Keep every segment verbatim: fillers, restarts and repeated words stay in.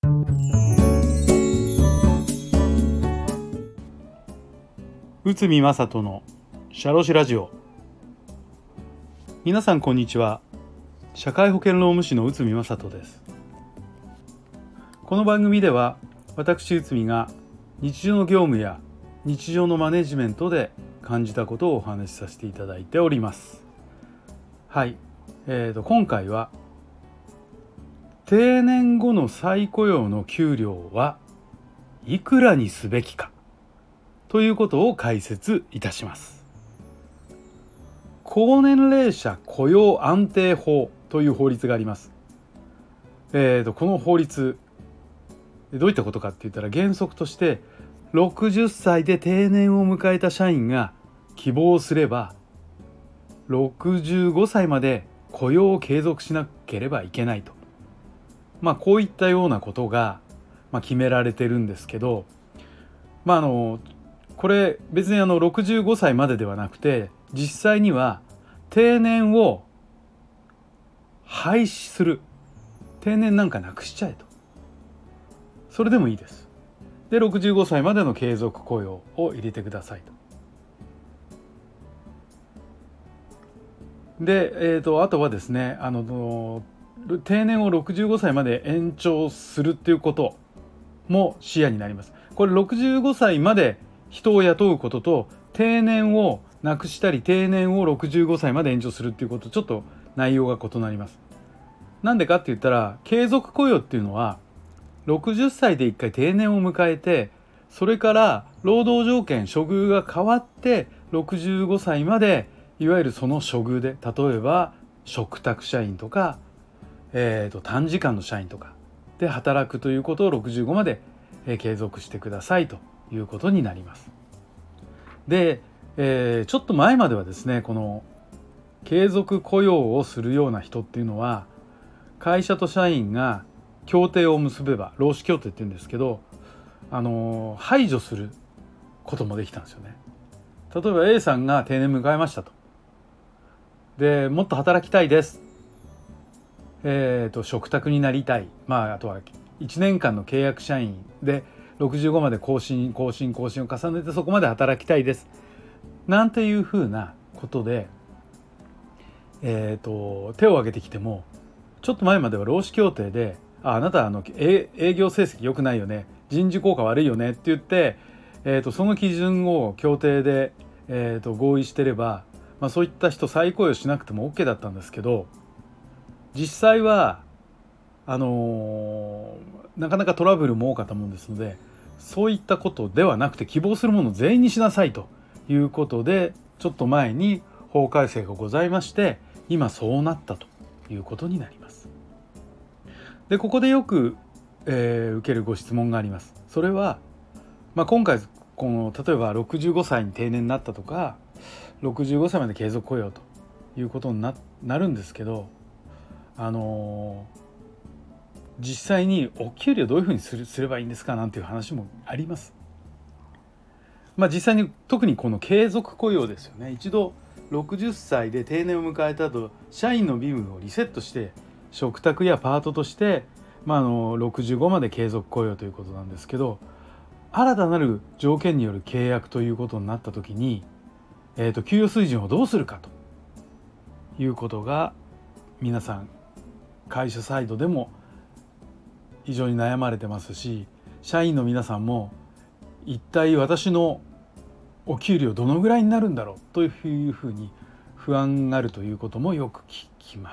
内海正人のシャロシラジオ。皆さんこんにちは。社会保険労務士の内海正人です。この番組では私内海が日常の業務や日常のマネジメントで感じたことをお話しさせていただいております。はい、えーと、今回は定年後の再雇用の給料はいくらにすべきかということを解説いたします。高年齢者雇用安定法という法律があります。えーと、この法律どういったことかって言ったら、原則としてろくじゅっさいで定年を迎えた社員が希望すればろくじゅうごさいまで雇用を継続しなければいけないと、まあこういったようなことが、まあ、決められてるんですけど、まああのこれ別にあのろくじゅうごさいまでではなくて、実際には定年を廃止する、定年なんかなくしちゃえと、それでもいいです。でろくじゅうごさいまでの継続雇用を入れてくださいと。で、えーと、あとはですね、あの定年をろくじゅうごさいまで延長するっていうことも視野になります。これろくじゅうごさいまで人を雇うことと、定年をなくしたり定年をろくじゅうごさいまで延長するっていうこと、ちょっと内容が異なります。なんでかって言ったら、継続雇用っていうのはろくじゅっさいで一回定年を迎えて、それから労働条件処遇が変わってろくじゅうごさいまでいわゆるその処遇で、例えば嘱託社員とか、えーと短時間の社員とかで働くということをろくじゅうごまで継続してくださいということになります。で、えー、ちょっと前まではですね、この継続雇用をするような人っていうのは、会社と社員が協定を結べば、労使協定って言うんですけど、あの排除することもできたんですよね。例えば A さんが定年迎えましたと。でもっと働きたいです、えーと嘱託になりたい、まああとはいちねんかんの契約社員でろくじゅうごまで更新更新更新を重ねて、そこまで働きたいですなんていうふうなことで、えーと手を挙げてきても、ちょっと前までは労使協定で、ああなたあの営業成績良くないよね、人事効果悪いよねって言って、えーとその基準を協定で、えーと合意してれば、まあ、そういった人再雇用しなくても OK だったんですけど、実際はあのー、なかなかトラブルも多かったもんですので、そういったことではなくて、希望するものを全員にしなさいということで、ちょっと前に法改正がございまして、今そうなったということになります。でここでよく、えー、受けるご質問があります。それは、まあ、今回この例えばろくじゅうごさいに定年になったとか、ろくじゅうごさいまで継続雇用ということに な, なるんですけど、あのー、実際にお給料どういうふうにす る, すればいいんですかなんていう話もあります。まあ、実際に特にこの継続雇用ですよね。一度ろくじゅっさいで定年を迎えた後、社員の身分をリセットして嘱託やパートとして、まあ、あのろくじゅうごまで継続雇用ということなんですけど、新たなる条件による契約ということになった時に、えーと、給与水準をどうするかということが、皆さん会社サイドでも非常に悩まれてますし、社員の皆さんも一体私のお給料どのぐらいになるんだろうというふうに不安があるということもよく聞きます。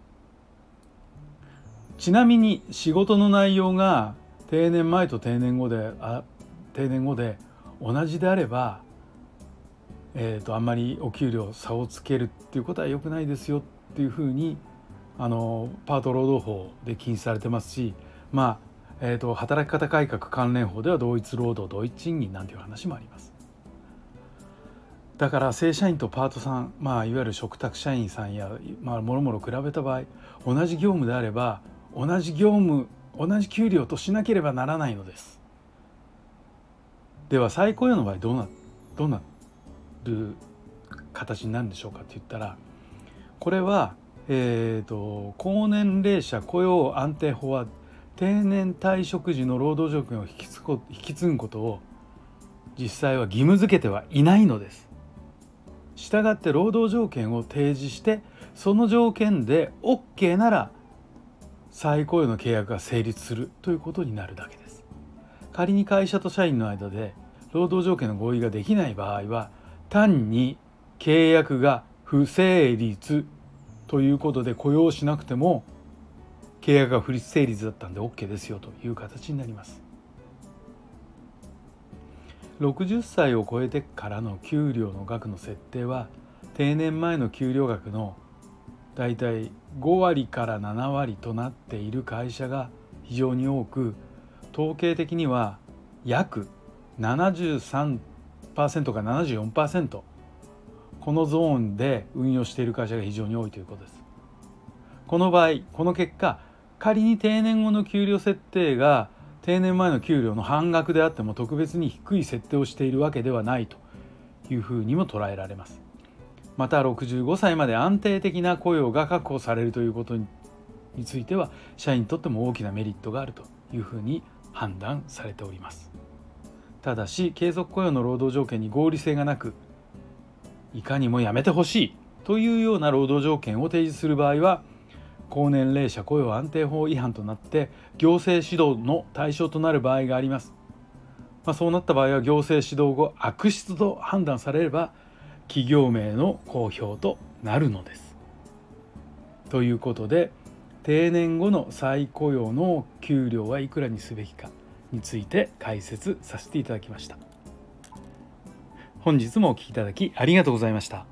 ちなみに仕事の内容が定年前と定年後であ定年後で同じであれば、えーと、あんまりお給料差をつけるっていうことは良くないですよっていうふうに、あのパート労働法で禁止されてますし、まあ、えーと、働き方改革関連法では同一労働同一賃金なんていう話もあります。だから正社員とパートさん、まあ、いわゆる嘱託社員さんや、まあ、もろもろ比べた場合、同じ業務であれば同じ業務同じ給料としなければならないのです。では再雇用の場合どうなどうなる形になるんでしょうかって言ったら、これは、えーと、高年齢者雇用安定法は定年退職時の労働条件を引き継ぐ引き継ぐことを実際は義務付けてはいないのです。したがって労働条件を提示してその条件で OK なら再雇用の契約が成立するということになるだけです。仮に会社と社員の間で労働条件の合意ができない場合は単に契約が不成立ということで雇用しなくても契約が不成立だったんで OK ですよという形になります。ろくじゅっさいを超えてからの給料の額の設定は定年前の給料額のだいたいごわりからななわりとなっている会社が非常に多く、統計的には約 ななじゅうさんパーセント から ななじゅうよんパーセント このゾーンで運用している会社が非常に多いということです。この場合この結果、仮に定年後の給料設定が定年前の給料の半額であっても特別に低い設定をしているわけではないというふうにも捉えられます。またろくじゅうごさいまで安定的な雇用が確保されるということについては社員にとっても大きなメリットがあるというふうに判断されております。ただし継続雇用の労働条件に合理性がなく、いかにもやめてほしいというような労働条件を提示する場合は高年齢者雇用安定法違反となって行政指導の対象となる場合があります。まあ、そうなった場合は行政指導後悪質と判断されれば企業名の公表となるのです。ということで定年後の再雇用の給料はいくらにすべきかについて解説させていただきました。本日もお聞きいただきありがとうございました。